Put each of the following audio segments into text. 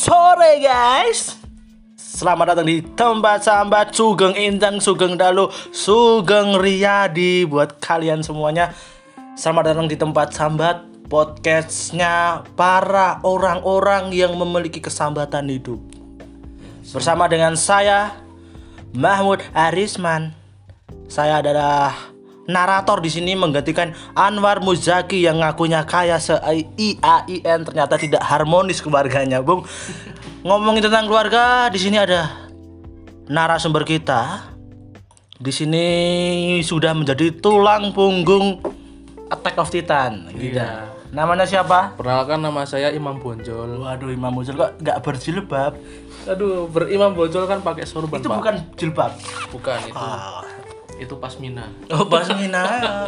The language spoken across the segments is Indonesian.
sore guys. Selamat datang di tempat sambat Sugeng Injang, Sugeng Dalu, Sugeng Riyadi. Buat kalian semuanya, selamat datang di tempat sambat, podcastnya para orang-orang yang memiliki kesambatan hidup. Bersama dengan saya Mahmud Arisman. Saya adalah narator di sini menggantikan Anwar Muzaki yang ngakunya kaya se-IAIN, ternyata tidak harmonis keluarganya, Bung. Ngomongin tentang keluarga, di sini ada narasumber kita. Di sini sudah menjadi tulang punggung Attack of Titan. Iya. Namanya siapa? Perkenalkan, nama saya Imam Bonjol. Waduh, Imam Bonjol kok nggak berjilbab? Aduh, berimam Bonjol kan pakai sorban. Itu Pak. bukan jilbab. Bukan itu. Itu pasmina. Oh, pasmina.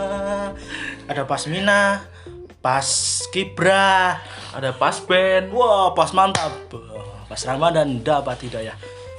Ada pasmina, pas kibra, Ada pasben. wah, pas mantap. Pas Ramadan dapat hidayah.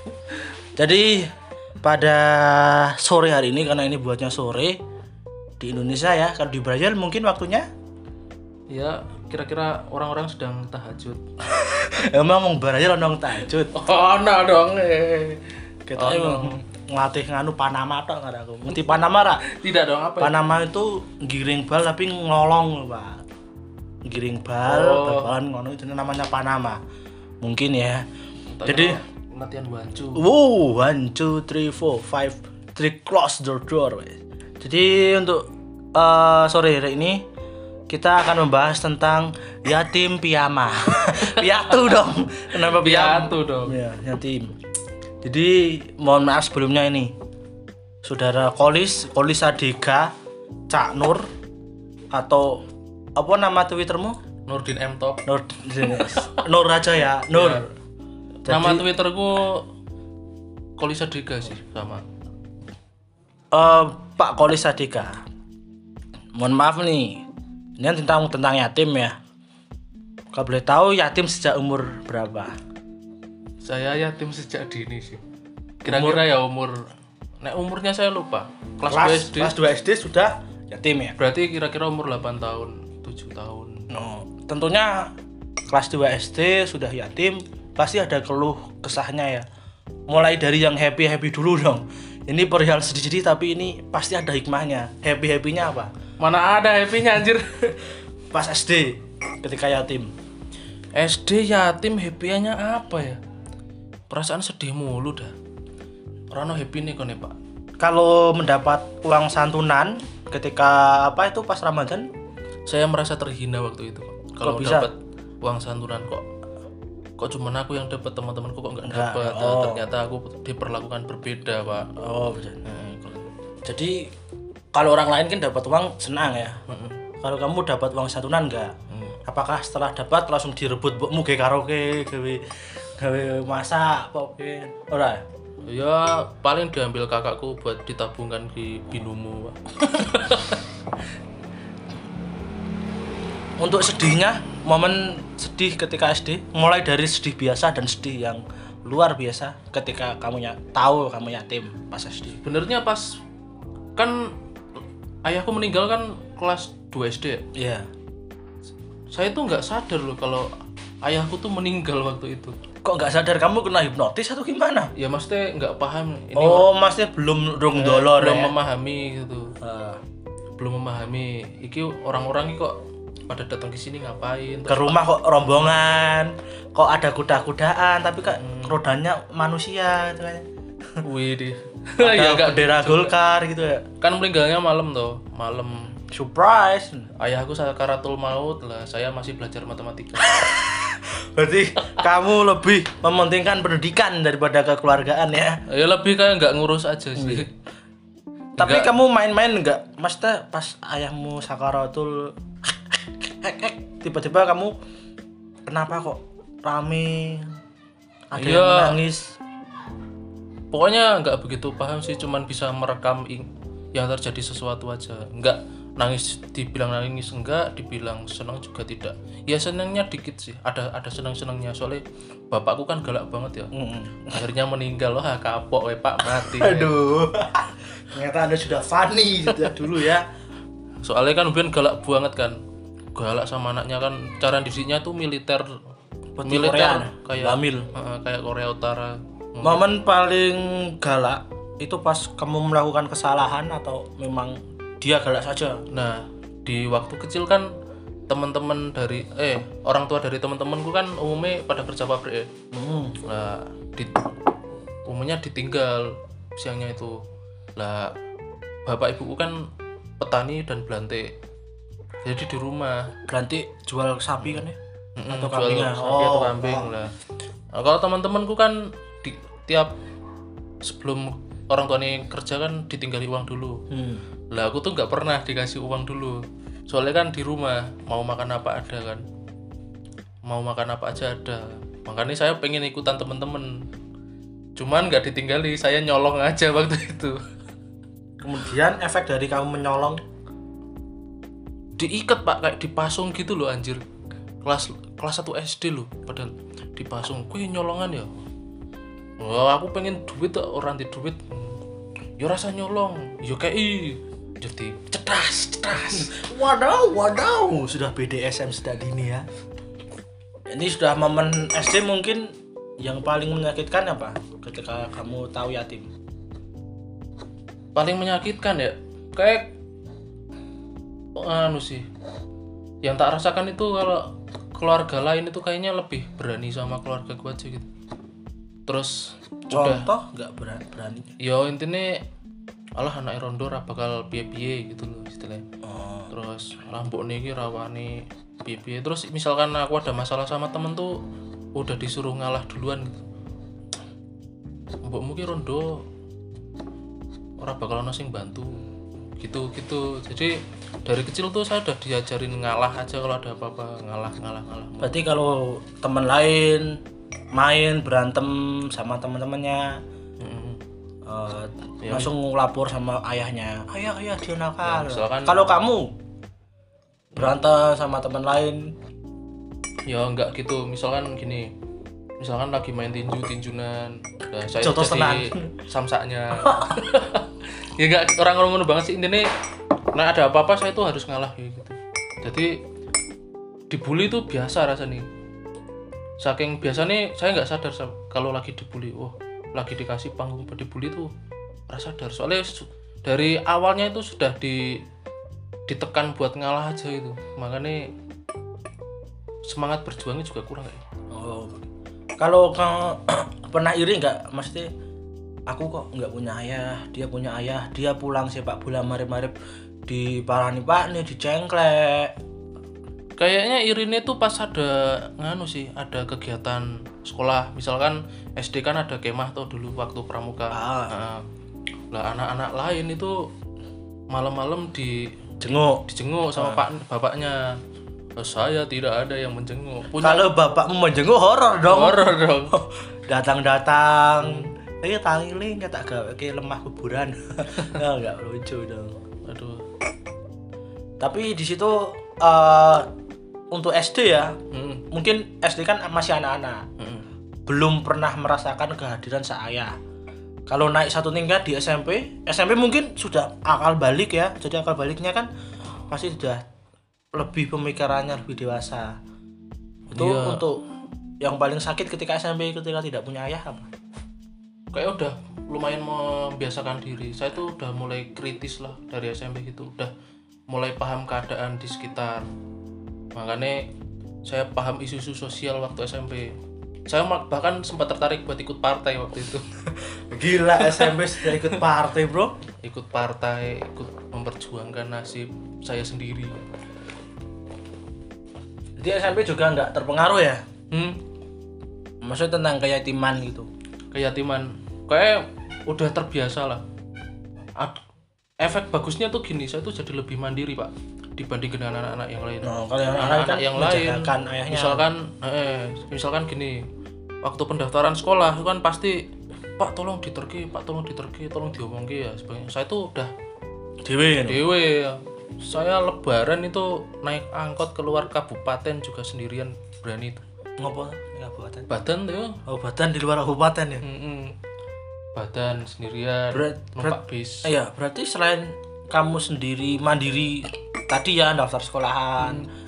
Jadi pada sore hari ini, karena ini buatnya sore di Indonesia ya, kalau di Brazil mungkin waktunya Ya, kira-kira orang-orang sedang tahajud. emang mau Brazil nong tahajud. Oh, no dong. Kita emang ngelatih nganu Panama tok kan aku. Ngerti Panama ra? Tidak dong, apa? Panama itu giring bal tapi ngolong, Pak. Giring bal, bal-balan ngono itu namanya Panama. Mungkin ya. Jadi latihan wancu. 1, 2, 3, 4, 5, 3 close the door. Jadi untuk sore hari ini kita akan membahas tentang yatim piama. Piatu dong. Kenapa piatu? Piatu dong. Ya, yatim. Jadi mohon maaf sebelumnya ini. Saudara Kolis Adega, Cak Nur, atau apa nama Twittermu? Nurdin M Top. Nur aja ya, Nur. Ya. Nama Twitterku Kolisa Dega sih, sama. Pak Kolis Adega. Mohon maaf nih. Ini tentang yatim ya. Kalau boleh tahu yatim sejak umur berapa? Saya yatim sejak dini sih. Kira-kira ya umurnya saya lupa. Kelas 2 SD. Kelas 2 SD sudah yatim ya. Berarti kira-kira umur 8 tahun, 7 tahun. No, tentunya kelas 2 SD sudah yatim, pasti ada keluh kesahnya ya. Mulai dari yang happy dulu dong. Ini perihal sedih-sedih tapi ini pasti ada hikmahnya. Happy-nya apa? Mana ada happy-nya anjir. Pas SD ketika yatim. SD yatim happy-nya apa ya? Perasaan sedih mulu dah. Rano happy nih kone Pak. Kalau mendapat uang santunan ketika apa itu pas Ramadan, Saya merasa terhina waktu itu Pak. Kalau bisa? dapat uang santunan kok cuman aku yang dapat, teman-temanku kok nggak Enggak, dapat. oh. Ternyata aku diperlakukan berbeda Pak. oh betul. Jadi kalau orang lain kan dapat uang senang ya. Kalau kamu dapat uang santunan enggak? Apakah setelah dapat langsung direbut mbokmu ge karaoke, gawe masak apa ora? Ya paling diambil kakakku buat ditabungkan di binumu Pak. Untuk sedihnya, momen sedih ketika SD, mulai dari sedih biasa dan sedih yang luar biasa ketika tahu kamu yatim pas SD. Sebenarnya pas kan ayahku meninggal kan kelas 2 SD ya. Iya. Saya tuh nggak sadar loh kalau ayahku tuh meninggal waktu itu. Kok nggak sadar kamu kena hipnotis atau gimana? Ya maksudnya nggak paham ini. Maksudnya belum dolor belum ya? memahami gitu. Ah. Belum memahami. Iki orang-orang ini kok pada datang ke sini ngapain? Ke rumah kok rombongan, kok ada kuda-kudaan tapi kok rodanya manusia gitu kan. Wih deh. Ada Ya nggak. bendera Golkar gitu ya. Kan meninggalnya malam tuh, malam. Surprise. Ayahku sakaratul maut lah, saya masih belajar matematika. Berarti kamu lebih mementingkan pendidikan daripada kekeluargaan ya. Ya lebih kayak nggak ngurus aja sih. Tapi Enggak. kamu main-main enggak? Maksudnya pas ayahmu sakaratul tiba-tiba kamu kenapa kok rame? Ada yang Iya. menangis. Pokoknya nggak begitu paham sih, cuman bisa merekam yang terjadi sesuatu aja. Nggak nangis, dibilang nangis enggak, dibilang senang juga tidak. Ya senangnya dikit sih, ada senang-senangnya, soalnya bapakku kan galak banget ya. Akhirnya meninggal, wah kapok Pak, mati. Aduh. Ternyata Anda sudah funny gitu ya dulu ya. Soalnya kan Uben galak banget kan. Galak sama anaknya kan, cara didiknya tuh militer militer kayak Bamil. Kayak Korea Utara. Momen paling galak itu pas kamu melakukan kesalahan atau memang dia galak saja? Nah, di waktu kecil kan teman-teman dari orang tua dari teman-temanku kan umumnya pada kerja pabrik ya. Lah umumnya ditinggal siangnya itu. Lah bapak ibuku kan petani dan belantik. Jadi di rumah Berarti jual sapi kan ya? Atau jual kambing? sapi atau kambing lah. Nah, kalau teman-temanku kan tiap sebelum orang tuanya kerja kan ditinggali uang dulu. Lah aku tuh nggak pernah dikasih uang dulu. Soalnya kan di rumah mau makan apa ada kan. Mau makan apa aja ada. Makanya saya pengen ikutan teman-teman. Cuman nggak ditinggali, saya nyolong aja waktu itu. Kemudian efek dari kamu menyolong? Diikat Pak, kayak dipasung gitu loh anjir. Kelas 1 SD loh, padahal dipasung. Kuwi nyolongan ya. Wah, aku pengen duit orang di duit. Ya rasa nyolong. Ya kayak jadi cetas. Wadaw. Sudah BDSM sudah dini ya. Ini sudah momen SD mungkin yang paling menyakitkan apa? Ketika kamu tahu yatim. Paling menyakitkan ya, kayak sih. Yang tak rasakan itu kalau keluarga lain itu kayaknya lebih berani sama keluarga gua aja gitu. Terus contoh nggak berani? Ya intinya alah anak rondo ra bakal piye-piye gitu loh istilahnya. Terus rambut niki rawani piye-piye. Terus misalkan aku ada masalah sama temen tuh udah disuruh ngalah duluan gitu. Mbokmu ki rondo ora bakal ono sing bantu. Gitu. Jadi dari kecil tuh saya udah diajarin ngalah aja kalau ada apa-apa, ngalah. Berarti kalau teman lain main berantem sama teman-temannya langsung lapor sama ayahnya, ayah dia nakal. Ya, kalau kamu berantem sama teman lain ya enggak gitu. Misalkan gini, misalkan lagi main tinjunan, nah saya contoh jadi samsaknya. Ya enggak, orang-orang ngono banget sih intinya. Nah ada apa-apa saya tuh harus ngalah gitu. Jadi dibully tuh biasa rasanya. Saking biasanya saya nggak sadar kalau lagi dibully. Lagi dikasih panggung buat dibully tuh rasa sadar. Soalnya dari awalnya itu sudah ditekan buat ngalah aja itu. Makanya semangat berjuangnya juga kurang kayak. Kalau kamu pernah iri nggak? Mesti aku kok nggak punya ayah, dia punya ayah, dia pulang sepak bola marip-marip diparani pak nih, dicengklek. Kayaknya irine tuh pas ada ada kegiatan sekolah. Misalkan SD kan ada kemah tuh dulu waktu pramuka. Lah anak-anak lain itu malam-malam dijenguk sama bapaknya. Saya tidak ada yang menjenguk. Kalau bapakmu menjenguk horor dong. Datang. Tangiling kata kayak lemah kuburan. Enggak lucu dong. Aduh. Tapi di situ untuk SD ya, mungkin SD kan masih anak-anak, belum pernah merasakan kehadiran seayah. Kalau naik satu tingkat di SMP mungkin sudah akal balik ya. Jadi akal baliknya kan pasti sudah lebih pemikirannya lebih dewasa. Itu untuk yang paling sakit ketika SMP ketika tidak punya ayah apa? Kayak udah lumayan membiasakan diri. Saya tuh udah mulai kritis lah dari SMP gitu. Udah mulai paham keadaan di sekitar. Makanya saya paham isu-isu sosial waktu SMP. Saya bahkan sempat tertarik buat ikut partai waktu itu. Gila, SMP sudah ikut partai bro. Ikut partai, ikut memperjuangkan nasib saya sendiri. Jadi SMP juga nggak terpengaruh ya? Maksudnya tentang keyatiman gitu. Keyatiman, kayak udah terbiasa lah. Efek bagusnya tuh gini, saya tuh jadi lebih mandiri pak dibanding dengan anak-anak yang lain. Kalau anak-anak yang lain, misalkan gini, waktu pendaftaran sekolah itu kan pasti Pak tolong diterki, tolong diomongke ya sebagainya. Saya tuh udah dewe ya. Saya lebaran itu naik angkot keluar kabupaten juga sendirian berani itu. Ngopo kabupaten? Badan tuh. Badan di luar kabupaten ya. Badan sendirian numpak bis. Iya, berarti selain kamu sendiri mandiri tadi ya daftar sekolahan,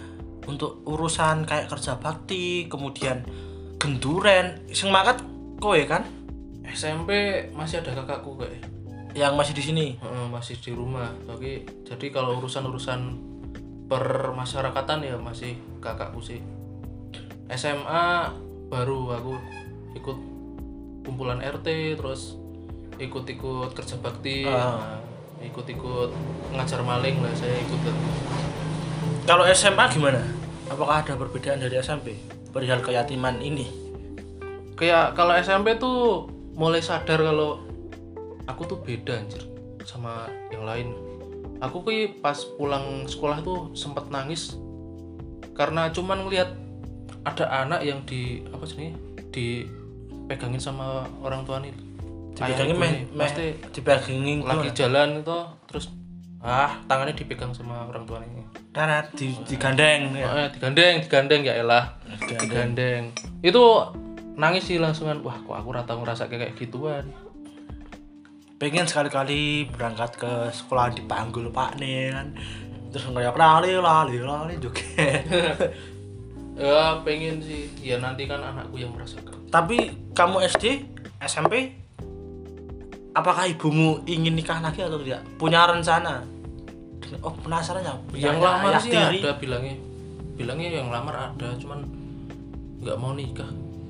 untuk urusan kayak kerja bakti, kemudian genduren, sing mangkat kowe kan? SMP masih ada kakakku kayak Yang masih di sini. masih di rumah. Jadi kalau urusan-urusan permasyarakatan ya masih kakakku sih. SMA baru aku ikut kumpulan RT, terus ikut-ikut kerja bakti, ikut-ikut ngajar maling lah, saya ikut. Kalau SMA gimana? Apakah ada perbedaan dari SMP perihal keyatiman ini? Kayak kalau SMP tuh mulai sadar kalau aku tuh beda anjir sama yang lain. Aku pas pulang sekolah tuh sempat nangis karena cuman ngelihat ada anak yang dipegangin sama orang tua nih. Dipegangin pasti dipegangin lagi jalan itu terus tangannya dipegang sama orang tuanya. Darat digandeng ya. Digandeng ya elah. Digandeng. Itu nangis sih langsungan. Wah, kok aku rata ngerasa kayak gituan. Pengen sekali-kali berangkat ke sekolah dipanggul Pak nih kan. Terus ngeriak lali joget. Ya pengen sih. Ya nanti kan anakku yang merasakan. Tapi kamu SD, SMP, apakah ibumu ingin nikah lagi atau tidak? Punya rencana? Oh penasaran ya. Yang lamar sih ada bilangnya yang lamar ada, cuman nggak mau nikah.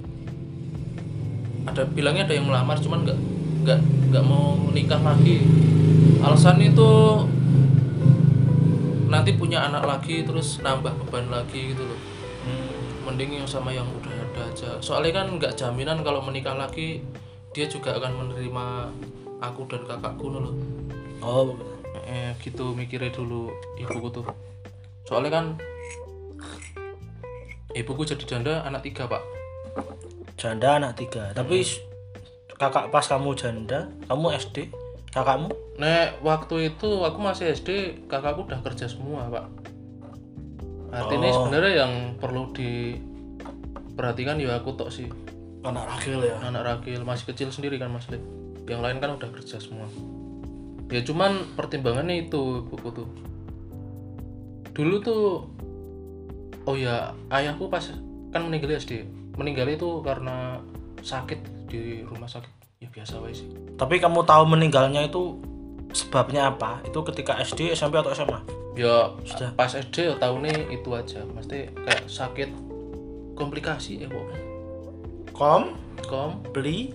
Bilangnya ada yang melamar, cuman nggak mau nikah lagi. Alasan itu nanti punya anak lagi terus nambah beban lagi gitu loh. Mending yang sama yang udah ada aja. Soalnya kan nggak jaminan kalau menikah lagi dia juga akan menerima aku dan kakakku loh. Oh gitu mikirnya dulu ibuku tuh. Soalnya kan ibuku jadi janda anak 3 pak. Janda anak 3. Tapi kakak pas kamu janda, kamu SD, kakakmu? Waktu itu aku masih SD, kakakku udah kerja semua pak. Artinya sebenarnya yang perlu diperhatikan ya aku tok sih. Anak ragil ya. Anak ragil masih kecil sendiri kan Mas Lip. Yang lain kan udah kerja semua. Ya cuman pertimbangannya itu buku tuh. Dulu tuh ayahku pas kan meninggal SD. Meninggal itu karena sakit di rumah sakit. Ya biasa wae sih. Tapi kamu tahu meninggalnya itu sebabnya apa? Itu ketika SD, SMP atau SMA? Ya sudah. Pas SD ya tahunnya itu aja. Mesti kayak sakit komplikasi ya pokoknya. Komplikasi.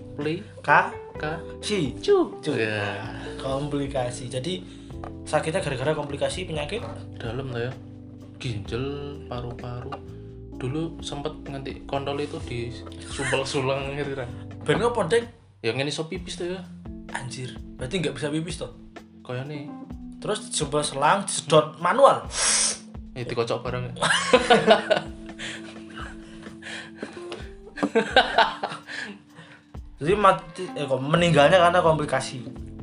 Ya. Komplikasi. Jadi sakitnya gara-gara komplikasi penyakit dalam lah ya. Ginjal, paru-paru. Dulu sempet nganti kontol itu di sumpel-sulang gitu kan. Ben ngopo, Dek? Ya ngene iso pipis tuh ya. Anjir, berarti enggak bisa pipis toh? Kayak nih. Terus sumpel selang disedot manual. Dikocok bareng. Jadi meninggalnya karena komplikasi.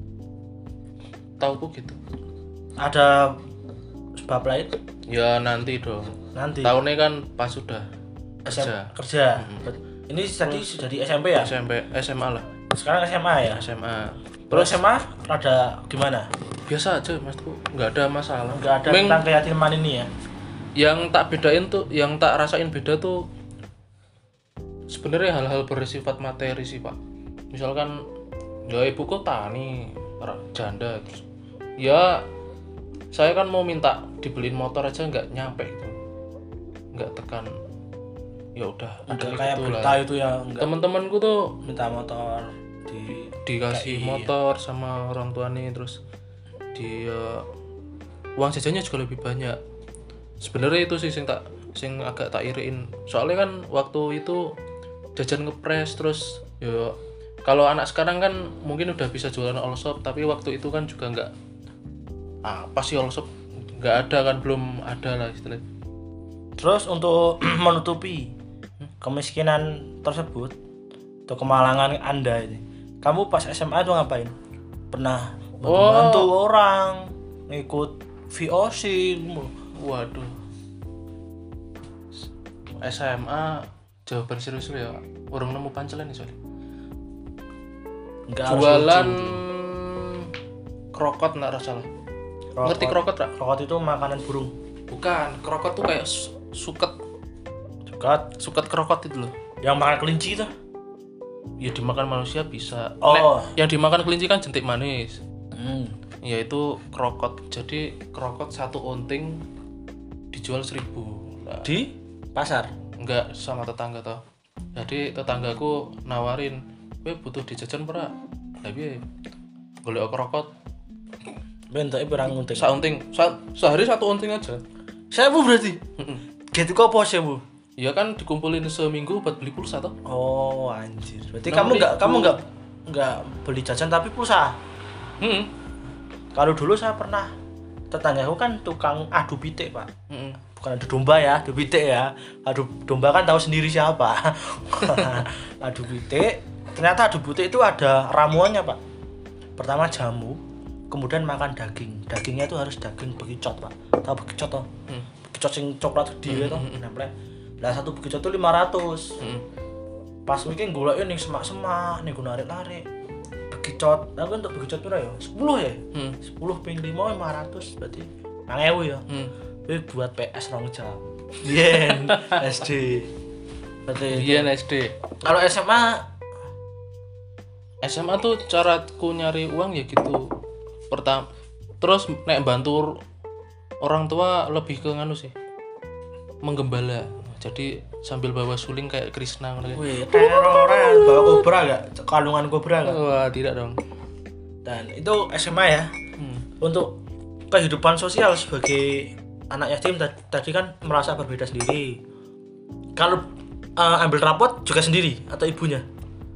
Tauku gitu. Ada sebab lain? Ya nanti dong. Nanti. Tahunnya kan pas sudah kerja. Ini tadi sudah di SMP ya? SMA lah. Sekarang SMA ya? SMA. Terus SMA rada gimana? Biasa aja mas tuh, nggak ada masalah. Nggak ada tentang keyatiman ini ya? Yang tak bedain tuh, yang tak rasain beda tuh sebenarnya hal-hal bersifat materi sih pak. Misalkan ya ibuku tani, janda terus ya saya kan mau minta dibeliin motor aja nggak nyampe gitu, nggak tekan. Ya udah ada kayak berita itu ya. Teman-temanku tuh minta motor dikasih motor sama orang tuanya, terus uang jajannya juga lebih banyak. Sebenarnya itu sih sing agak tak iriin. Soalnya kan waktu itu jajan ngepres, terus ya kalau anak sekarang kan mungkin udah bisa jualan all shop, tapi waktu itu kan juga nggak apa sih all shop nggak ada kan, belum ada lah istilahnya. Terus untuk menutupi kemiskinan tersebut atau kemalangan Anda ini, kamu pas SMA itu ngapain? Pernah bantu orang, ngikut VOC? Waduh, SMA jawaban serius ya, orang nemu pancelan nih soalnya. Jualan krokot nggak salah. Ngerti krokot tak? Krokot itu makanan burung. Bukan, krokot tuh kayak suket Sukat krokot itu loh. yang makan kelinci itu. Ya dimakan manusia bisa. Oh. Yang dimakan kelinci kan jentik manis. Hmm. Yaitu krokot. Jadi krokot 1 onting dijual 1.000. Nah, Di pasar. enggak sama tetangga toh. Jadi tetanggaku nawarin, "Kowe butuh dijajan ora?" Lah piye? Golek krokot Bentuknya berang unting. sehari 1 onting aja. 1000 berarti. Gitu kok pos ya, Bu? Ya kan dikumpulin seminggu buat beli pulsa toh. Oh, anjir. Berarti 6.000. kamu enggak beli jajan tapi pulsa. Heeh. Kalau dulu saya pernah, tetanggaku kan tukang adu pitik, Pak. Heeh. Bukan adu domba ya, adu pitik ya. Adu domba kan tahu sendiri siapa. Adu pitik, ternyata adu pitik itu ada ramuannya, Pak. Pertama jamu, kemudian makan daging. Dagingnya itu harus daging bekicot, Pak. Tahu bekicot toh? Bekicot sing coklat gede itu, nempel. Lah 1 bekicot itu 500. Pas mungkin goleknya ning semak-semak, ning narik-narik. Bekicot, aku untuk bekicot pira ya? 10 ya? 10 ping 5 500 berarti 1000 ya. Ini buat PS 2 jam. Yen SD. Berarti Iya SD. kalau SMA tuh caraku nyari uang ya gitu. Pertama, terus nek bantu orang tua lebih ke nganu sih. Menggembala. Jadi sambil bawa suling kayak Krishna ngono. wih, teroran bawa kobra enggak? Kalungan kobra enggak? Wah, tidak dong. Dan itu SMA ya. Untuk kehidupan sosial sebagai anak yatim tadi kan merasa berbeda sendiri. Kalau ambil rapot juga sendiri atau ibunya?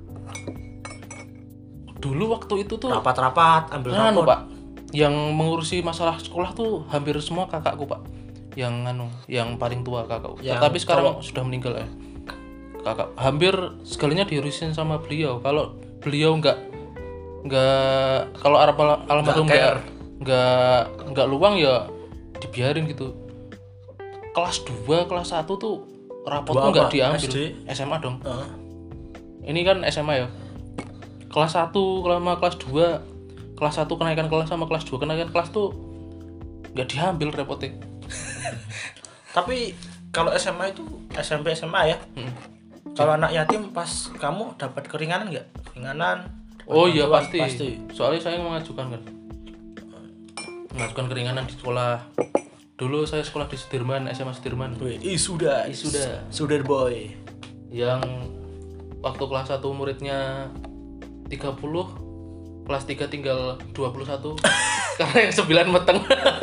Dulu waktu itu tuh Rapat-rapat ambil rapot. Pak. Yang mengurusi masalah sekolah tuh hampir semua kakakku, Pak. Yang paling tua kakakku. Yang Tapi sekarang sudah meninggal ya. Kakak hampir segalinya diurusin sama beliau. Kalau beliau enggak kalau almarhum enggak luang ya dibiarin gitu. Kelas 2, kelas 1 tuh rapot tuh enggak diambil. SD? SMA dong. Ini kan SMA ya. Kelas 1 sama kelas 2. Kelas 1 kenaikan kelas sama kelas 2 kenaikan kelas tuh enggak diambil rapotnya. Tapi kalau SMA itu SMP SMA ya. Kalau anak yatim pas kamu dapat keringanan nggak? Keringanan? Oh iya bantuan? pasti. Soalnya saya mengajukan keringanan di sekolah. Dulu saya sekolah di Sudirman, SMA Sudirman. Wih, sudah. Sudah boy. Yang waktu kelas 1 muridnya 30, kelas 3 tinggal 21. Karena yang 9 meteng.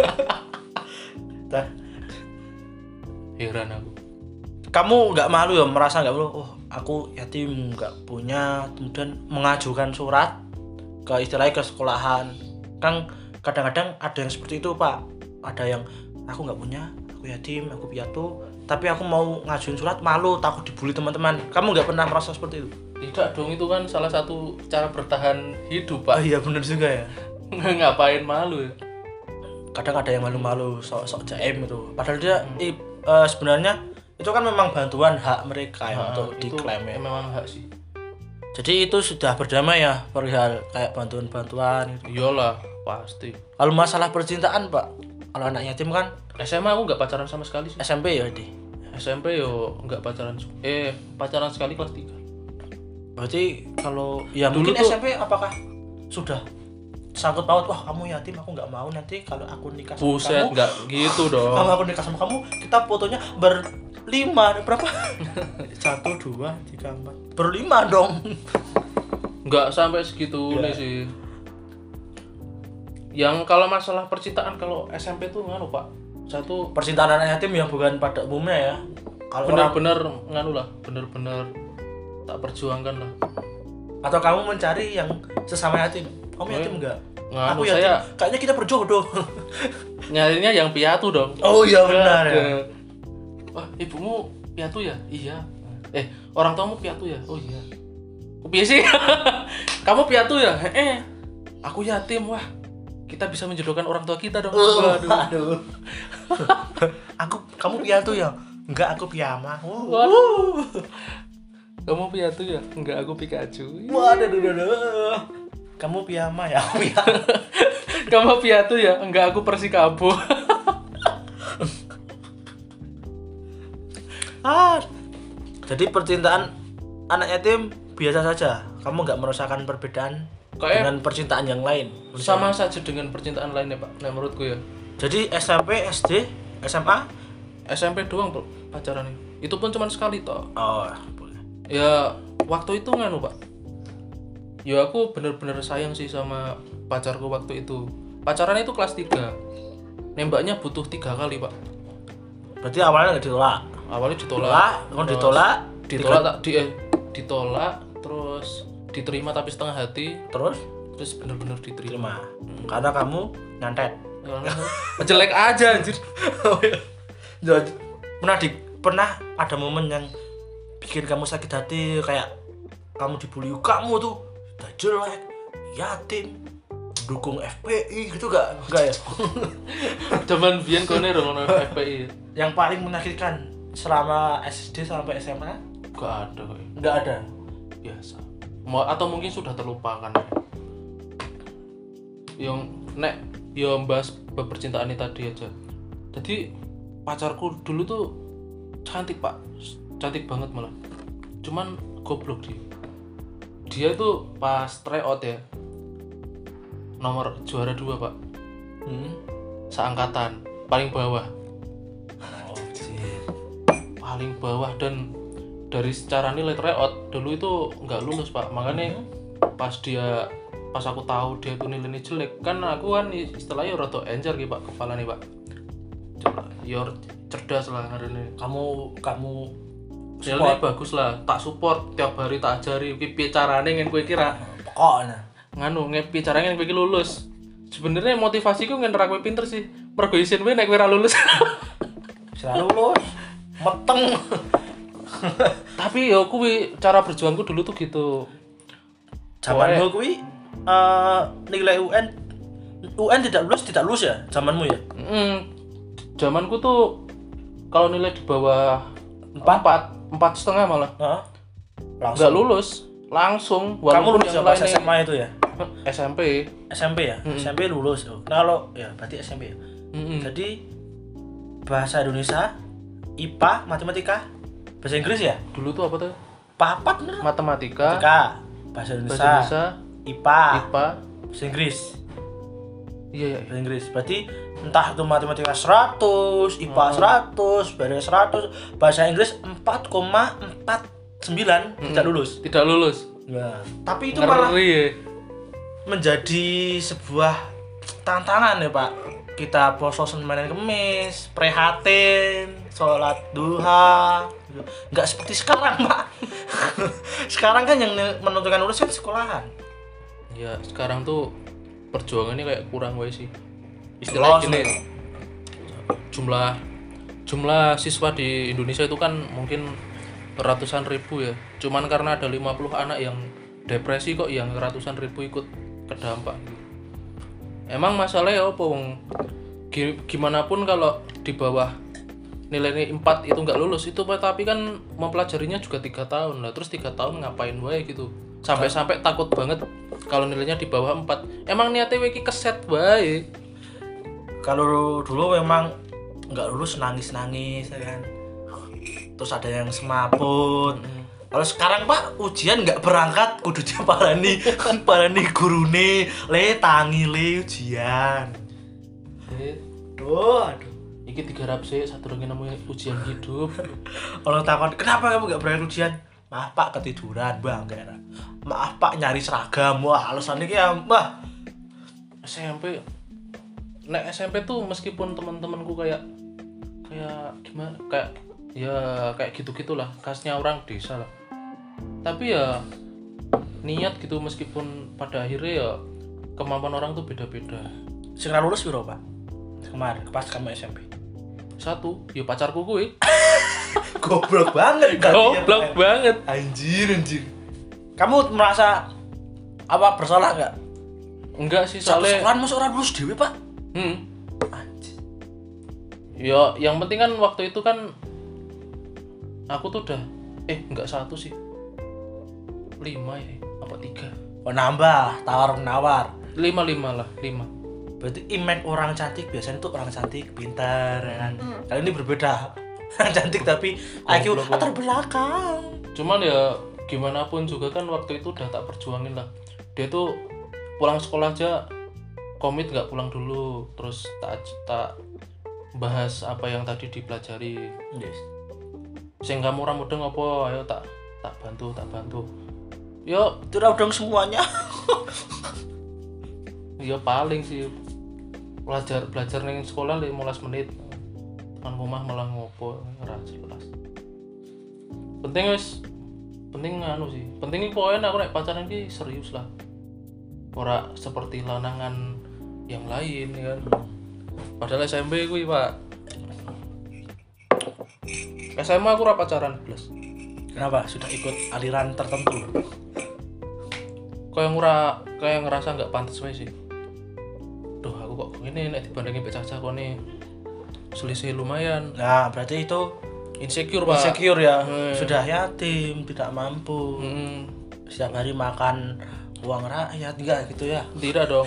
Nah, Heran aku. kamu nggak malu ya, merasa nggak malu? Oh, aku yatim nggak punya, kemudian mengajukan surat ke istilahnya ke sekolahan. Kan kadang-kadang ada yang seperti itu, Pak. Ada yang aku nggak punya, aku yatim, aku piatu, tapi aku mau ngajuin surat malu, takut dibully teman-teman. Kamu nggak pernah merasa seperti itu? Tidak dong, itu kan salah satu cara bertahan hidup, Pak. Oh iya benar juga ya. Ngapain malu ya? Kadang ada yang malu-malu sok jaim itu. Padahal dia sebenarnya itu kan memang bantuan hak mereka ya untuk itu diklaim ya. memang hak sih. Jadi itu sudah berdamai ya perihal kayak bantuan-bantuan gitu. Iyalah, pasti. Lalu masalah percintaan, Pak. Kalau anak yatim kan SMA aku nggak pacaran sama sekali sih. SMP ya, Di. SMP yo nggak pacaran. Pacaran sekali kelas 3. Berarti kalau ya Dulu mungkin tuh- SMP apakah sudah sangkut paut, wah kamu yatim aku nggak mau, nanti kalau aku nikah sama Buset, kamu, nggak gitu dong. kalau aku nikah sama kamu kita fotonya berlima, berapa? 1, 2, 3, 4 berlima dong. Nggak sampai segitu nih sih. Yang kalau masalah percintaan kalau SMP tuh nganu Pak. Satu Percintaan anak yatim yang bukan pada umumnya ya. Kalau orang bener-bener nganu lah, bener-bener tak perjuangkan lah. atau kamu mencari yang sesama yatim. Kamu yatim enggak? Nganu, Aku yatim. saya- Kayaknya kita berjodoh. Nyarinya yang piatu dong. Oh iya benar ya. Wah, ibumu piatu ya? Iya. Orang tuamu piatu ya? Oh iya. Kok piye sih? Kamu piatu ya? Aku yatim. Wah, kita bisa menjodohkan orang tua kita dong. Aduh. Kamu piatu ya? Enggak, aku piyama. Waduh. Kamu piatu ya? Enggak, aku Pikachu. Waduh. Kamu piyama ya? Aku piyama. Kamu piatu ya? Enggak, aku Persikabo. Jadi percintaan anak yatim biasa saja. Kamu nggak merasakan perbedaan dengan percintaan yang lain. Sama saja dengan percintaan lainnya Pak. Nah menurutku ya. Jadi SMP, SD, SMA, SMP doang Bro pacaran itu pun cuma sekali toh. Oh, boleh. Ya waktu itu nganu Pak. Ya aku bener-bener sayang sih sama pacarku waktu itu. Pacaran itu kelas 3. Nembaknya butuh 3 kali Pak. Berarti awalnya nggak ditolak. Awalnya ditolak. Ditolak, terus diterima tapi setengah hati, terus bener-bener diterima. Karena kamu nyantet. Jelek aja anjir. Jadi pernah ada momen yang bikin kamu sakit hati, kayak kamu dibully, kamu tuh udah jelek, yatim, dukung FPI gitu gak? Enggak ya? Cuman biyen kone ngono FPI. Yang paling menyakitkan selama SD sampai SMA? Gak ada kok. Enggak ada. Biasa. Atau mungkin sudah terlupakan. Yang bahas percintaan ini tadi aja. Jadi pacarku dulu tuh cantik Pak, cantik banget malah. Cuman goblok dia. Dia itu pas tryout ya, nomor juara 2 Pak. Seangkatan, paling bawah. Paling bawah, dan dari secara nilai tryout dulu itu nggak lulus Pak. Makanya pas aku tahu dia itu nilainya jelek, kan aku kan istilahnya rada encer gitu Pak, kepala nih Pak. Cerdas lah ngarene. Kamu nilainya bagus lah, tak support tiap hari, tak ajari piye carane ngen kowe kira pokoknya nganu piye carane ngen kowe lulus. Sebenarnya motivasiku ngen ra kowe pinter sih. Mergo isin kowe nek kowe ra lulus. Bisa lulus. Meteng. Tapi ya kuwi cara berjuangku dulu tuh gitu. Zamanmu kuwi nilai UN tidak lulus ya zamanmu ya? Zamanku tuh kalau nilai di bawah 4,5 malah. Langsung. Nggak lulus, langsung. Kamu lulus yang lainnya SMA itu ya? SMP ya? SMP lulus. Kalau ya berarti SMP ya. Jadi bahasa Indonesia, IPA, matematika, bahasa Inggris ya? Dulu tuh apa tuh? Papat bener. Matematika, bahasa Indonesia, IPA, bahasa Inggris. Iya. Bahasa Inggris. Berarti entah itu matematika 100, IPA 100, bahasa 100, bahasa Inggris 4,49 tidak lulus. Tidak lulus. Nah, tapi itu malah menjadi sebuah tantangan ya Pak. Kita poso Senin Kemis, prihatin, sholat duha. Nggak seperti sekarang Pak. Sekarang kan yang menentukan lulus kan sekolahan. Ya sekarang tuh perjuangannya kayak kurang wae sih. Istilahnya gini, jumlah siswa di Indonesia itu kan mungkin ratusan ribu ya. Cuman karena ada 50 anak yang depresi kok yang ratusan ribu ikut kedampak. Emang masalahnya apa wong? Gimana pun kalau di bawah nilainya 4 itu nggak lulus itu, tapi kan mempelajarinya juga 3 tahun lah. Terus 3 tahun ngapain wae gitu. Sampai takut banget kalau nilainya di bawah 4. Emang niatnya iki keset wae. Kalau dulu memang nggak lulus nangis ya kan. Terus ada yang semaput. Kalau sekarang Pak ujian nggak berangkat kudunya parani gurune tangi ujian. Aduh. Iki 3 sih sadurunge nemu ujian hidup. Orang takon, "Kenapa kamu nggak berangkat ujian?" "Maaf Pak, ketiduran, Bang." "Maaf Pak, nyari seragam." Wah, alasannya ki ya, Mbah. SMP tuh meskipun teman-temanku kayak gimana, kayak gitu-gitulah, khasnya orang desa lah. Tapi ya niat gitu, meskipun pada akhirnya ya kemampuan orang tuh beda-beda. Segera lulus piro, Pak? Kemarin pas kamu SMP. 1, ya pacarku kuwi. Goblok banget kan. Goblok banget. Anjir. Kamu merasa bersalah enggak? Enggak sih, soalnya sekolahan masuk ora lulus dhewe, Pak. Anjir. Ya yang penting kan waktu itu kan aku tuh udah enggak 1 sih. 5 ya, apa 3? Oh, nambah, tawar-menawar. 5 lah, 5. Berarti image orang cantik biasanya tuh orang cantik, pintar ya kan. Kali ini berbeda. Yang cantik tapi IQ Goblok, terbelakang. Cuman ya gimana pun juga kan waktu itu udah tak perjuangin lah. Dia tuh pulang sekolah aja komit nggak pulang dulu, terus tak bahas apa yang tadi dipelajari. Yes. Sing kamu ora mudeng apa, ayo tak bantu. Yo, Tidak dong semuanya. ya paling sih belajar ning sekolah 15 menit. Tekan rumah malah ngopo ora jelas. Penting anu sih. Penting iki poin aku nek pacaran iki serius lah. Ora seperti lanangan yang lain ya kan. Padahal SMP kuwi, Pak. SMA aku ora pacaran plus. Kenapa? Sudah ikut aliran tertentu. Kayak ngerasa nggak pantas wae sih. Duh, aku kok ngene nek dibandingin mbek cacah kok nih selisih lumayan. Nah, berarti itu Insecure, Pak. insecure ya. Sudah yatim, tidak mampu. Mm-mm. Setiap hari makan uang rakyat enggak gitu ya. Tidak dong.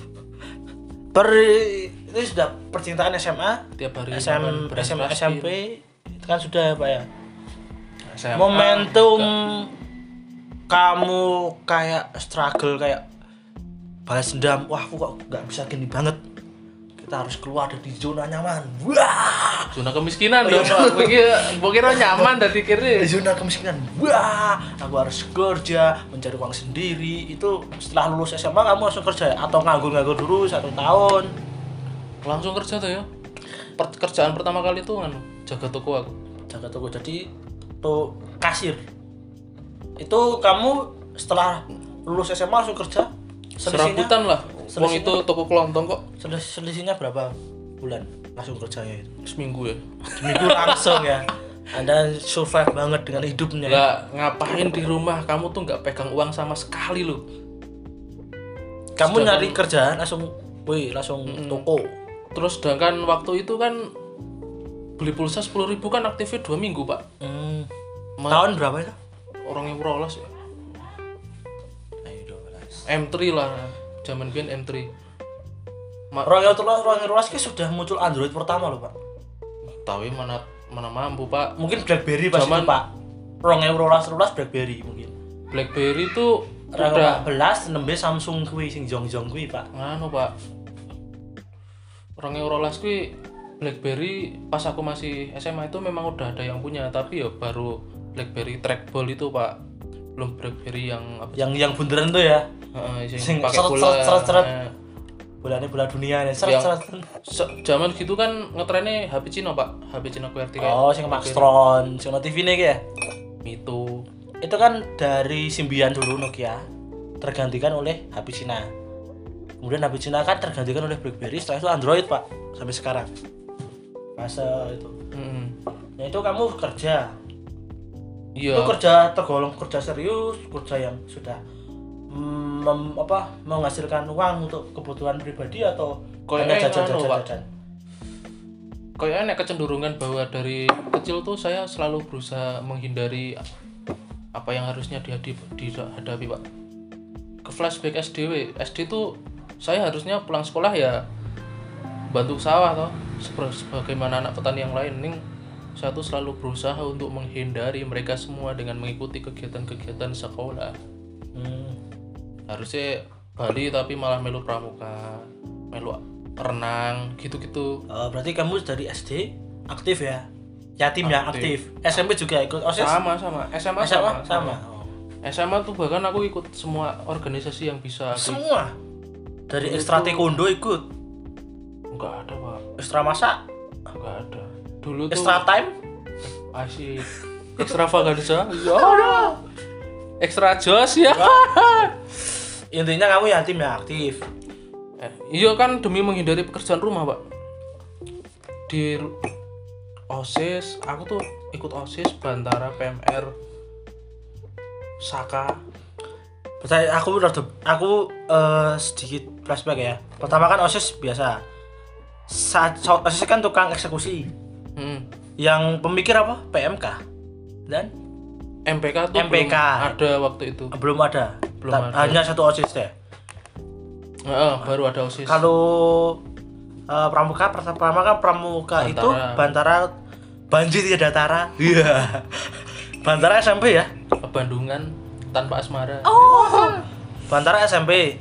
Itu sudah percintaan SMA, Tiap hari makan beras SMA, raskin. SMP itu kan sudah Pak ya. SMA, Momentum enggak. kamu kayak struggle kayak balas dendam. Wah, aku kok nggak bisa gini banget. Kita harus keluar dari zona nyaman. Wah, Zona kemiskinan dong, Pak. Gue kira nyaman dari kiri. di zona kemiskinan. Wah, aku harus kerja, mencari uang sendiri. Itu setelah lulus SMA kamu langsung kerja ya? Atau nganggur dulu 1 tahun? Langsung kerja tuh ya. Kerjaan pertama kali tuh kan jaga toko aku. Jaga toko, jadi tuh kasir. Itu kamu setelah lulus SMA langsung kerja? Serabutan lah. Wong itu toko kelontong kok. Selisihnya berapa bulan langsung kerjanya itu? Seminggu ya. Seminggu langsung ya. Anda survive banget dengan hidupnya. Lah ngapain di rumah? Kamu tuh nggak pegang uang sama sekali loh. Kamu nyari kerjaan langsung, langsung toko. Terus sedangkan waktu itu kan beli pulsa 10.000 kan aktifnya 2 minggu, Pak. Tahun berapa itu? Orang yang rolas ya. Ayo 12. M3 lah. Zaman biyen M3. Orang yang sudah muncul Android pertama loh Pak. Tahu mana mampu, Pak. Mungkin BlackBerry pas Zaman- itu Pak. Orang yang rolas BlackBerry mungkin. BlackBerry tuh Orang udah 12 nembe Samsung kuwi sing jong-jong kuwi Pak. nganu, Pak. Orang yang rolas kuwi BlackBerry pas aku masih SMA itu memang udah ada yang punya, tapi ya baru BlackBerry trackball itu, Pak. Belum BlackBerry yang apa sih? Yang bunderan tuh ya. Sing pakai seret, bola. seret. Nah, Bola dunia nih. Yang- zaman gitu kan ngetrennya HP Cina, Pak. HP Cina QWERTY kayak Oh, sing Maxtron, sing TV nih ya. itu. Itu kan dari Symbian dulu Nokia tergantikan oleh HP Cina. Kemudian HP Cina kan tergantikan oleh BlackBerry, setelah itu Android Pak sampai sekarang. Masa itu. Nah itu kamu kerja. Iya. Itu kerja tergolong kerja serius, kerja yang sudah menghasilkan uang untuk kebutuhan pribadi atau hanya jajan-jajan? Kayaknya nek kecenderungan bahwa dari kecil tuh saya selalu berusaha menghindari apa yang harusnya dihadapi, Pak. Ke flashback SD tuh saya harusnya pulang sekolah ya bantu sawah toh sebagaimana anak petani yang lain. Ning saya tuh selalu berusaha untuk menghindari mereka semua dengan mengikuti kegiatan-kegiatan sekolah. Harusnya Bali tapi malah melu pramuka, melu renang gitu-gitu. Berarti kamu dari SD aktif ya? Yatim ya Aktif. aktif. SMP juga ikut OSIS? Sama. SMA Sama. SMA tuh bahkan aku ikut semua organisasi yang bisa aku Semua. Dari ekstra taekwondo ikut, Enggak ada, Pak. ekstra masak, Enggak ada. Dulu tuh ekstra time. asik. Extravaganza. Ya. Ekstra jos ya. Intinya kamu yatim ya aktif. Iya kan demi menghindari pekerjaan rumah, Pak. Di OSIS, aku tuh ikut OSIS Bantara, PMR, Saka. Aku sedikit flashback ya. Pertama kan OSIS biasa. OSIS kan tukang eksekusi. Yang pemikir apa? PMK. Dan MPK tuh MPK. belum ada waktu itu. belum ada. Belum ada. Hanya satu OSIS deh. Baru ada OSIS. Kalau pramuka pertama kan pramuka Bantara. itu Bantara Banjir tiada tara. Iya. Bantara SMP ya? Bandungan tanpa asmara. Bantara SMP.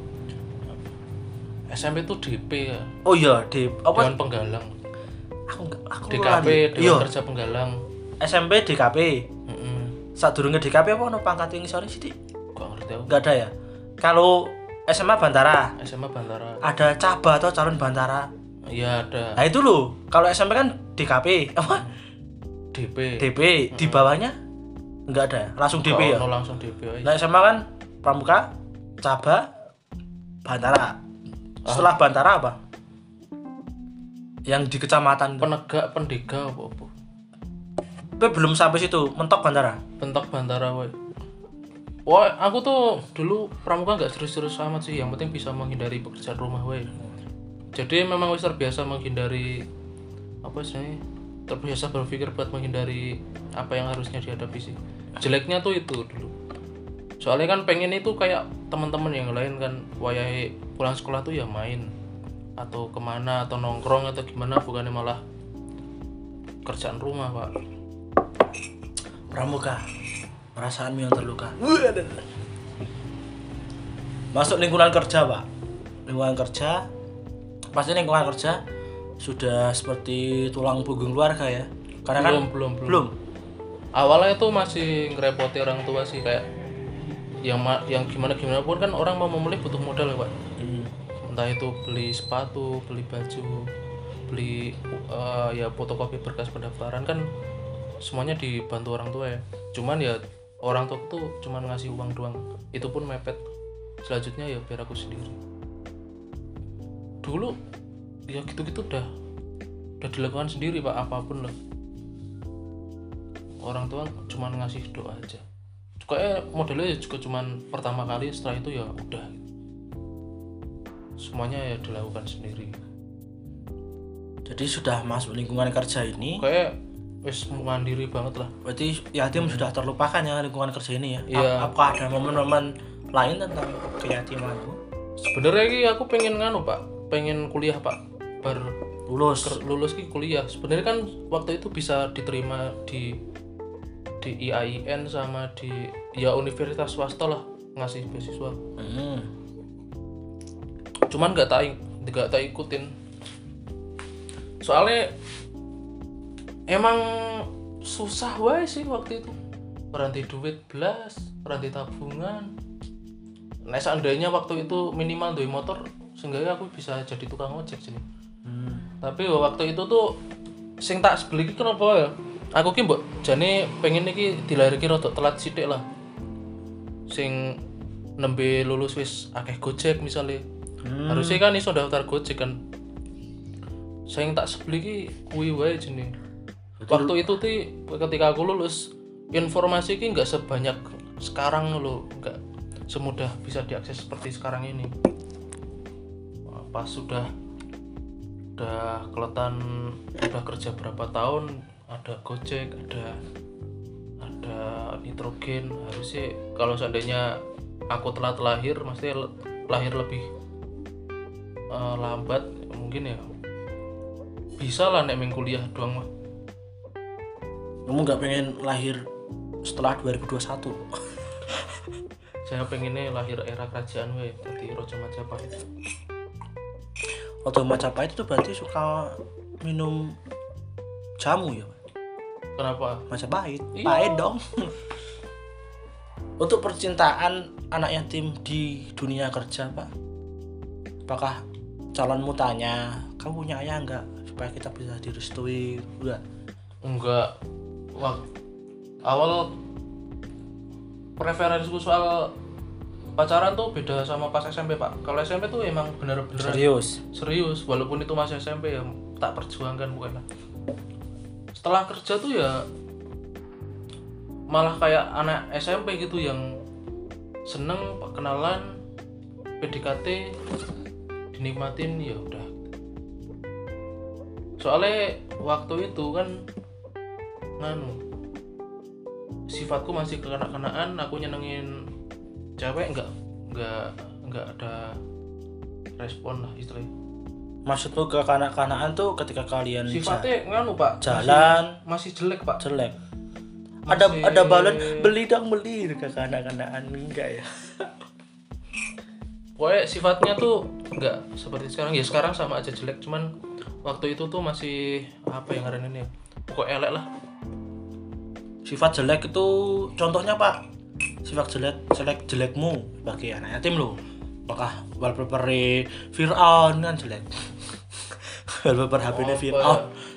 SMP tuh DP ya. Oh iya, di apa? Dewan Penggalang. Aku DKP, lali. Dewan Kerja Penggalang. SMP DKP. Heeh. Sadurunge DKP apa ono pangkat yang sore sithik? Gak ngerti aku. Enggak ada ya. Kalau SMA Bantara, SMA Bantara. ada caba atau calon Bantara. Iya ada. Nah itu loh. Kalau SMP kan DKP apa? DP. DP di bawahnya enggak ada ya? Langsung DP ya. No, langsung DP aja. Nah SMA kan Pramuka, Caba, Bantara. Setelah Bantara apa? Yang di kecamatan itu. Penegak pendega apa-apa. Tapi belum sampai situ, mentok Bantara. Pentok Bantara wae. Wah, aku tuh dulu pramuka nggak serius-serius amat sih. Yang penting bisa menghindari pekerjaan rumah wae. Jadi memang wis terbiasa menghindari apa sih? Terbiasa berpikir buat menghindari apa yang harusnya dihadapi sih. Jeleknya tuh itu dulu. Soalnya kan pengen itu kayak teman-teman yang lain kan, wayahe pulang sekolah tuh ya main atau kemana atau nongkrong atau gimana, bukannya malah kerjaan rumah pak. Pramuka, perasaanmu yang terluka. Masuk lingkungan kerja pak. Lingkungan kerja, pasti lingkungan kerja sudah seperti tulang punggung keluarga ya. Karena belum. Awalnya tuh masih ngerepoti orang tua sih, kayak yang gimana pun kan orang mau memilih butuh modal ya pak. Entah itu beli sepatu, beli baju, beli ya fotokopi berkas pendaftaran kan semuanya dibantu orang tua ya. Cuman ya orang tua tuh cuman ngasih uang doang, itu pun mepet. Selanjutnya ya biar aku sendiri. Dulu ya gitu-gitu udah dilakukan sendiri pak, apapun lah. Orang tua cuman ngasih doa aja. Kayak modelnya juga cuman pertama kali, setelah itu ya udah semuanya ya dilakukan sendiri. Jadi sudah masuk lingkungan kerja ini Kayak wis mandiri banget lah. berarti yatim sudah terlupakan ya lingkungan kerja ini ya. Iya. Apakah ada momen-momen lain tentang keyatimanmu? Sebenarnya ki aku pengen nganu pak, pengen kuliah pak, lulus ki kuliah. Sebenarnya kan waktu itu bisa diterima di IAIN sama di ya universitas swasta lah, ngasih beasiswa. Cuman nggak tak ikutin. Soalnya emang susah wae sih waktu itu. Berhenti duit belas, berhenti tabungan. Nah seandainya waktu itu minimal duwe motor, seenggaknya aku bisa jadi tukang ojek sini. Tapi waktu itu tuh sing tak beli ki kenapa ya? Aku ki mbok jane pengen iki dilairke rada telat sithik lah. Sing nembe lulus wis akeh Gojek misalnya. Harusnya kan iso daftar Gojek kan. Sing tak sebeli ki kuwi wae jenenge. Waktu itu ketika aku lulus, informasi ki enggak sebanyak sekarang loh, enggak semudah bisa diakses seperti sekarang ini. Pas sudah keletan, udah kerja berapa tahun, ada Gojek, ada nitrogen. Harusnya kalau seandainya aku telat lahir, mesti lahir lebih lambat, mungkin ya bisa lah nek ming kuliah doang mah. Kamu nggak pengen lahir setelah 2021? Saya pengennya lahir era kerajaan we, jadi Raja Majapahit. Raja Majapahit itu berarti suka minum jamu ya Pak? Kenapa? Majapahit, Iya. pahit dong. Untuk percintaan anak yatim di dunia kerja Pak, apakah calonmu tanya kamu punya ayah enggak supaya kita bisa direstui? Enggak. Awal preferensiku soal pacaran tuh beda sama pas SMP pak. Kalau SMP tuh emang bener-bener serius, walaupun itu masih SMP ya tak perjuangkan bukan. Setelah kerja tuh ya malah kayak anak SMP gitu yang seneng kenalan, PDKT, dinikmatin ya udah. Soalnya waktu itu kan sifatku masih kekanak-kanakan, aku nyenengin cewek nggak ada respon lah istilahnya. Maksudku kekanak-kanakan tuh ketika kalian sifatnya nganu Pak, jalan masih jelek Pak. jelek. Masih- Ada balon beli kekanak-kanakan enggak ya? Pokoknya sifatnya tuh enggak seperti sekarang. Ya sekarang sama aja jelek, cuman waktu itu tuh masih apa yang ngarannya ya? Pokok elek lah. Sifat jelek itu contohnya Pak. Sifat jelekmu sebagai anak yatim loh. Apakah wallpaper Fir'aun kan jelek. Wallpaper HP-nya Fir'aun.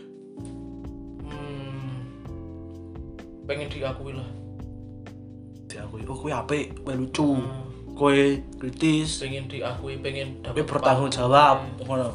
Pengen diakui lah. Diakui, oh kowe apik, kowe lucu. Kowe kritis, Pengen diakui, pengen kowe dapat bertanggung jawab ngono.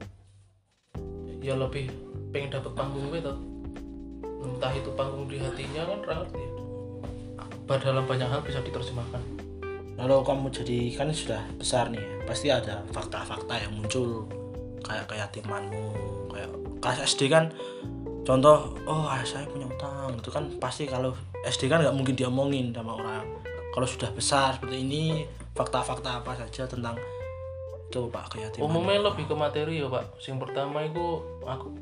Ya lebih pengen dapat panggung gitu. Entah itu panggung di hatinya kan ngerti. Dalam banyak hal bisa diterjemahkan. Kalau kamu jadi kan sudah besar nih, pasti ada fakta-fakta yang muncul kayak keyatimanmu, kayak kelas SD kan. Contoh, oh saya punya utang, itu kan pasti kalau SD kan nggak mungkin diomongin sama orang. Kalau sudah besar seperti ini, fakta-fakta apa saja tentang itu Pak keyatiman? Umumnya lebih ke materi ya Pak. Yang pertama itu aku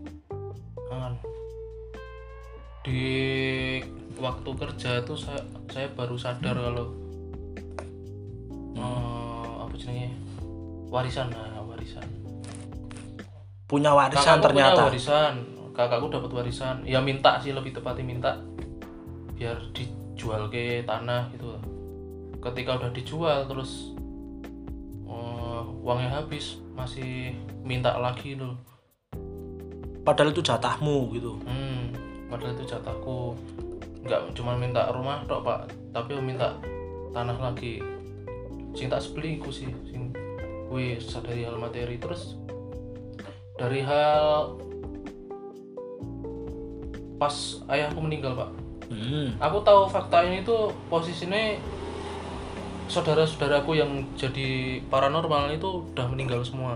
di waktu kerja itu saya baru sadar kalau apa jenenge warisan. Punya warisan Kakakku ternyata. punya warisan, kakakku dapat warisan. Ya minta sih, lebih tepatnya minta biar dijual ke tanah gitu. Ketika udah dijual terus uangnya habis, masih minta lagi loh. Padahal itu jatahmu gitu. Padahal itu jatahku. Nggak cuma minta rumah tok Pak, tapi minta tanah lagi. Sing tak sebeli ku sih, sing kuwi dari hal materi. Terus dari hal pas ayahku meninggal Pak, aku tahu fakta ini tuh posisinya saudara-saudaraku yang jadi paranormal itu udah meninggal semua,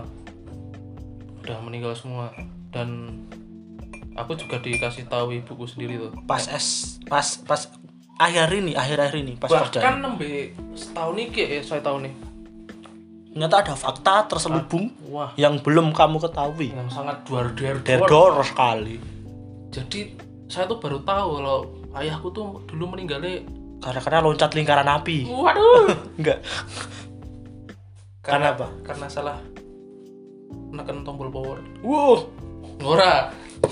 dan aku juga dikasih tahu ibuku sendiri tuh. Pas akhir ini pas kerja. Bahkan nembe setahun ini ya saya tahu nih. Ternyata ada fakta terselubung Wah, yang belum kamu ketahui. yang sangat duar-duar. Derdor sekali. Jadi saya tuh baru tahu kalau ayahku tuh dulu meninggalnya Karena loncat lingkaran api. waduh. Enggak. Karena apa? Karena salah neken tombol power. Wow. Ora.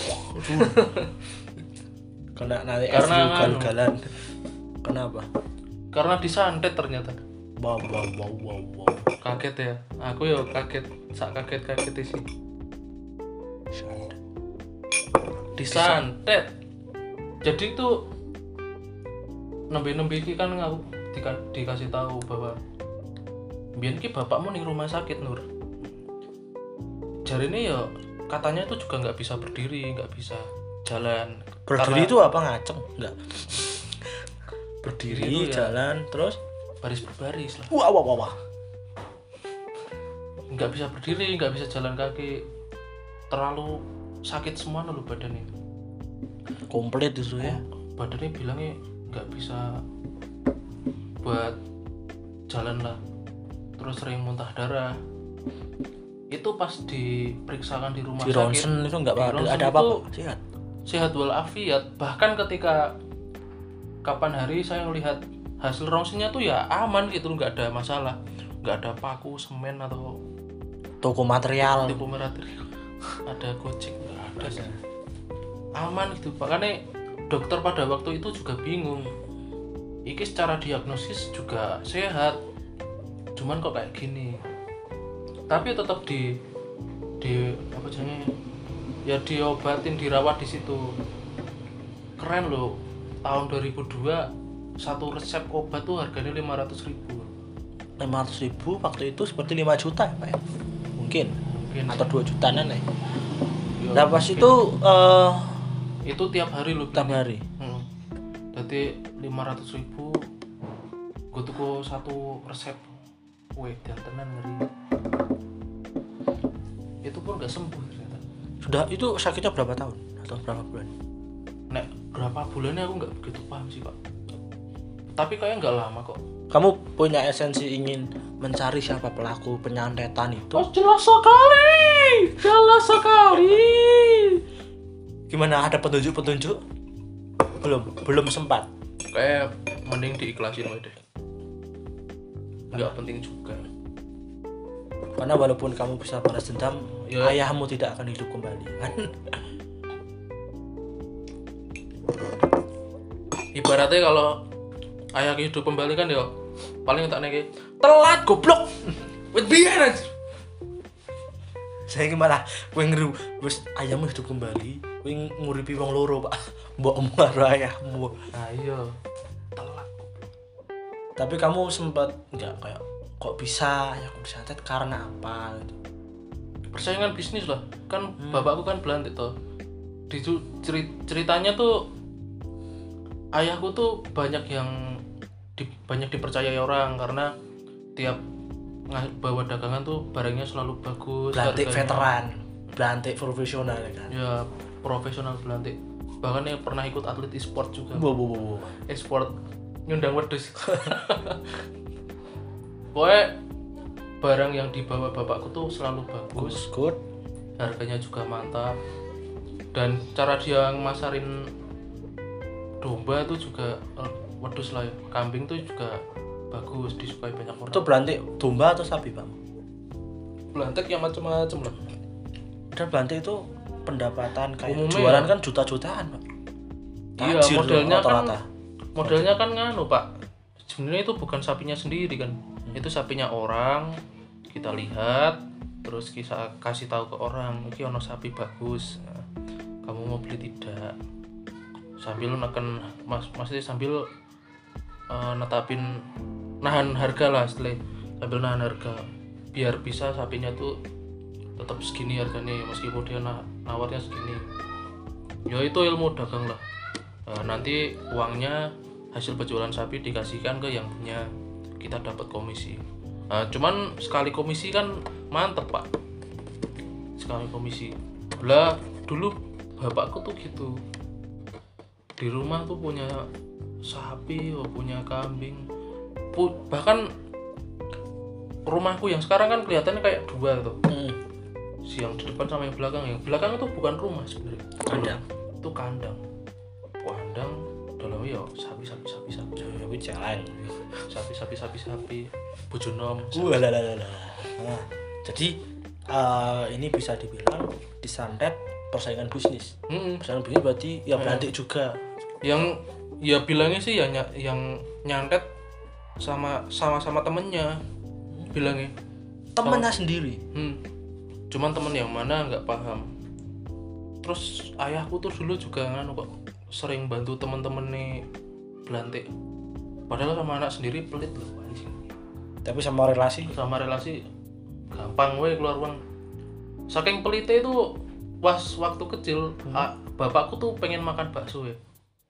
Karena nanti Karena gagal-galan. Kenapa? Karena disantet ternyata. Wow. Kaget ya. Aku ya kaget, sak kaget sih. Disantet. Jadi itu nembe iki kan aku dikasih tahu bahwa biyen ki bapakmu ning rumah sakit Nur. Jarine ya katanya itu juga nggak bisa berdiri, nggak bisa jalan. Berdiri itu apa ngaceng? Enggak. Berdiri Berdiri itu ya jalan terus baris berbaris lah. wah. Nggak bisa berdiri, nggak bisa jalan kaki, terlalu sakit semua loh badannya. Komplit itu ya. Badannya bilangnya nggak bisa buat jalan lah, terus sering muntah darah. Itu pas diperiksakan di rumah Di sakit, ronsen itu enggak di ronsen ada itu apa-apa. Sehat. sehat walafiat. Bahkan ketika kapan hari saya melihat hasil ronsennya tuh ya aman gitu, nggak ada masalah, nggak ada paku semen atau Toko material. tipu material, ada gojek, nggak ada sih. Aman gitu. Makanya dokter pada waktu itu juga bingung, iki secara diagnosis juga sehat, cuman kok kayak gini. Tapi tetap di apa namanya ya, diobatin, dirawat di situ. Keren loh, tahun 2002 satu resep obat tuh harganya 500.000. 500.000 waktu itu seperti 5 juta ya Pak ya? Mungkin atau 2 jutaan ya. Nah pas itu itu tiap hari loh. tiap hari. Jadi 500.000 gue tuku satu resep. Wih, dan tenan ngeri. Itu pun gak sembuh ternyata. Sudah itu sakitnya berapa tahun atau berapa bulan? Nek berapa bulannya aku gak begitu paham sih Pak. tapi kayaknya nggak lama kok. Kamu punya esensi ingin mencari siapa pelaku penyantetan itu? Oh, jelas sekali. Gimana, ada petunjuk? Belum sempat. Kayak mending diikhlasin aja deh. Nggak penting juga. Karena walaupun kamu bisa balas dendam, Ya. ayahmu tidak akan hidup kembali kan? Ibaratnya kalau ayah hidup kembali kan ya paling tak neke telat goblok. Wit biar aja. Saya gimana? Kowe ngeru wis ayahmu hidup kembali, kowe nguripi wong loro, Pak. Mbokmu karo ayahmu. Ayo. Telat. Tapi kamu sempat enggak kayak kok bisa ayahku disantet karena apa gitu. Persaingan bisnis lah. Kan bapakku kan belantik toh. Ceritanya tuh ayahku tuh banyak dipercayai orang karena tiap bawa dagangan tuh barangnya selalu bagus. Belantik harganya. veteran, belantik profesional ya kan. Ya profesional belantik. Bahkan ya pernah ikut atlet e-sport juga. Wow. E-sport nyundang wedus. Pokoknya barang yang dibawa bapakku tuh selalu bagus, Good. harganya juga mantap, dan cara dia masarin domba tuh juga wedus lah ya, kambing tuh juga bagus, disukai banyak orang. Itu belantik domba atau sapi, Bang? Belantik yang macam-macam lah. Padahal belantik itu pendapatan kayak Umumnya jualan ya. kan juta-jutaan, Pak. Iya, Tajir modelnya rata-rata. kan nganu Pak. Sebenarnya itu bukan sapinya sendiri kan. Itu sapinya orang. Kita lihat, terus kita kasih tahu ke orang, ini ono sapi bagus. Nah, kamu mau beli tidak? Sambil neken maksudnya sambil netapin nahan harga lah, sambil nahan harga biar bisa sapinya tuh tetap segini harganya meskipun dia nawarnya segini. Ya itu ilmu dagang lah. Nanti uangnya hasil penjualan sapi dikasihkan ke yang punya, kita dapat komisi. Cuman sekali komisi kan mantep Pak, sekali komisi. Lah dulu bapakku tuh gitu, di rumah tuh punya sapi, punya kambing, bahkan rumahku yang sekarang kan kelihatannya kayak dua tuh, si yang di depan sama yang belakang. Yang belakang itu bukan rumah sebenarnya, Kandang. itu kandang dalamnya ya sapi Tapi jalan. sapi bojonom. Nah, jadi ini bisa dibilang disantet persaingan bisnis. Persaingan bisnis berarti ya belantik juga. Yang ya bilangnya sih ya yang nyantet sama temennya bilangnya Temennya sendiri. Cuman temen yang mana nggak paham. Terus ayahku tuh dulu juga nganu kok, sering bantu temen-temen nih belantik, padahal sama anak sendiri pelit loh anjing. Tapi sama relasi Gampang weh keluar uang. Saking pelitnya itu waktu kecil bapakku tuh pengen makan bakso ya.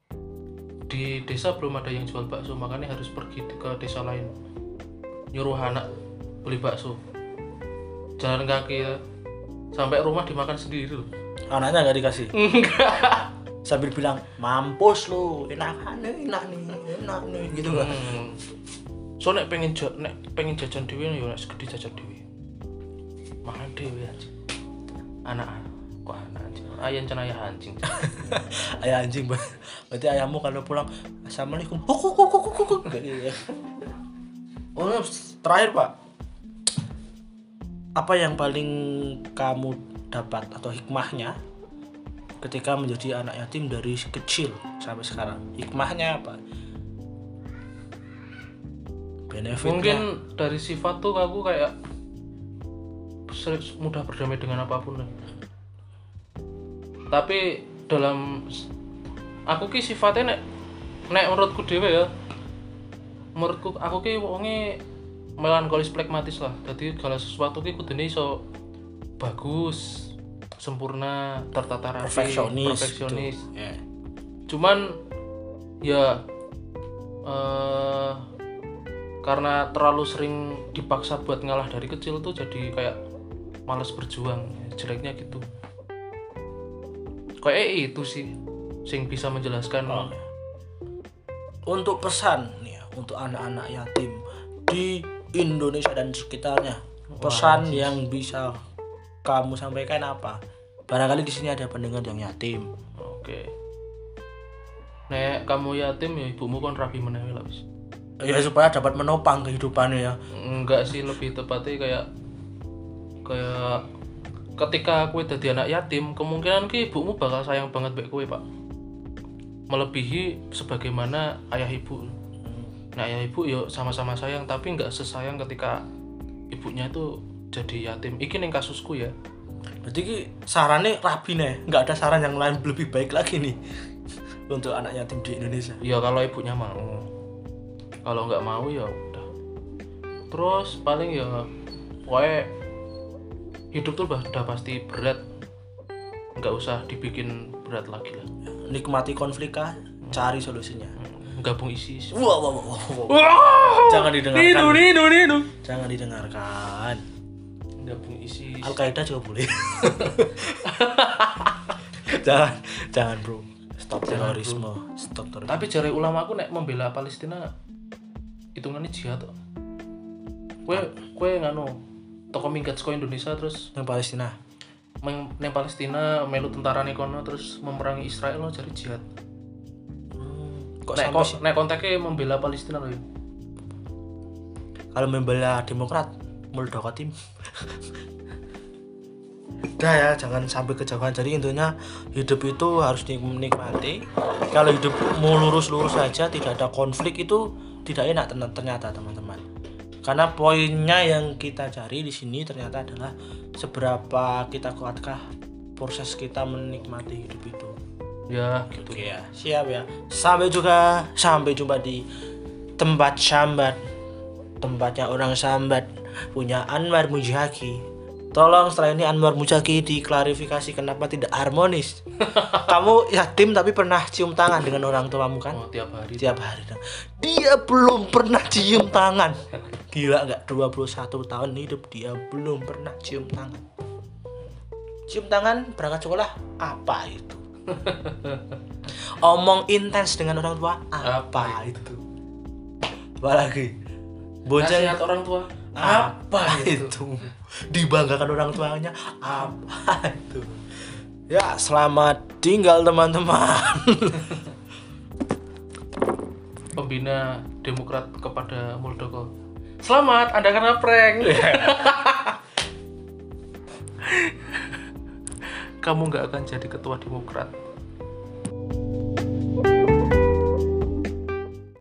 Di desa belum ada yang jual bakso, makanya harus pergi ke desa lain, nyuruh anak beli bakso, jalan kaki ya, sampai rumah dimakan sendiri loh. Anaknya nggak dikasih. Enggak. Sambil bilang mampus lu, enak nih gitu kan. So nek pengen jajan dhewe ya nek segede jajan dhewe. Makan dhewe anjing. Anak anjing. Ayah anjing. Ayah anjing. Berarti ayahmu kalau pulang assalamualaikum. Kuk. Oh, terakhir Pak. Apa yang paling kamu dapat atau hikmahnya ketika menjadi anak yatim dari kecil sampai sekarang? Hikmahnya apa? Benefitnya? Mungkin dari sifat tuh aku kayak mudah berdamai dengan apapun. Tapi dalam aku ki sifatnya nek menurutku dhewe ya. Menurutku aku ki wonge melankolis pragmatis lah. Jadi segala sesuatu ki kudune iso bagus, sempurna, tertata rapi, perfeksionis. Gitu. Yeah. Cuman ya karena terlalu sering dipaksa buat ngalah dari kecil tuh jadi kayak malas berjuang, jeleknya gitu. Kayak itu sih sing bisa menjelaskan. Untuk pesan nih untuk anak-anak yatim di Indonesia dan sekitarnya? Pesan yang bisa kamu sampaikan apa? Barangkali di sini ada pendengar yang yatim. Oke. Nek kamu yatim ya ibumu kon rabi menewi lah wis. Ya supaya dapat menopang kehidupannya ya. Enggak sih, lebih tepatnya kayak ketika kowe dadi anak yatim, kemungkinan ki ibumu bakal sayang banget mbek kowe, Pak. Melebihi sebagaimana ayah ibu. Nah, ayah ibu yo sama-sama sayang, tapi enggak sesayang ketika ibunya itu jadi yatim. Iki ning kasusku ya. Berarti ki sarannya rabi nih, nggak ada saran yang lain lebih baik lagi nih untuk anak yatim di Indonesia. Ya kalau ibunya mau. Kalau nggak mau ya udah. Terus paling ya pokoknya hidup tuh udah pasti berat. Nggak usah dibikin berat lagi lah. Nikmati konflik kah? Cari solusinya. Gabung isi. Wah. Jangan didengarkan. Nino. Jangan didengarkan. Gabung isi. Al-Qaeda juga boleh. jangan bro. Stop terorisme. Tapi jare ulama aku nek membela Palestina hitungannya jihad kok. Kowe nganu toko minggat saka Indonesia terus yang Palestina. Neng Palestina melu tentara kono terus memerangi Israel lo cari jihad. Nek konteknya membela Palestina loh. Kalau membela Demokrat, Muldoko tim. Udah ya, jangan sampai kejauhan. Jadi intinya hidup itu harus dinikmati. Kalau hidup mau lurus-lurus saja, tidak ada konflik, itu tidak enak ternyata teman-teman. Karena poinnya yang kita cari di sini ternyata adalah seberapa kita kuatkah proses kita menikmati hidup itu. Ya, gitu. Oke ya. Siap ya. Sampai jumpa di tempat sambat. Tempatnya orang sambat punya Anwar Mujaki. Tolong setelah ini Anwar Mujaki diklarifikasi kenapa tidak harmonis. Kamu yatim tapi pernah cium tangan dengan orang tuamu kan? Oh, tiap hari. Dia belum pernah cium tangan. Gila nggak? 21 tahun hidup dia belum pernah cium tangan. Cium tangan berangkat sekolah apa itu? Omong intens dengan orang tua apa itu? Apalagi nasihat orang tua apa itu? Dibanggakan orang tuanya apa itu? Ya, selamat tinggal teman-teman. Pembina Demokrat kepada Muldoko. Selamat, Anda kena prank. Kamu nggak akan jadi ketua Demokrat.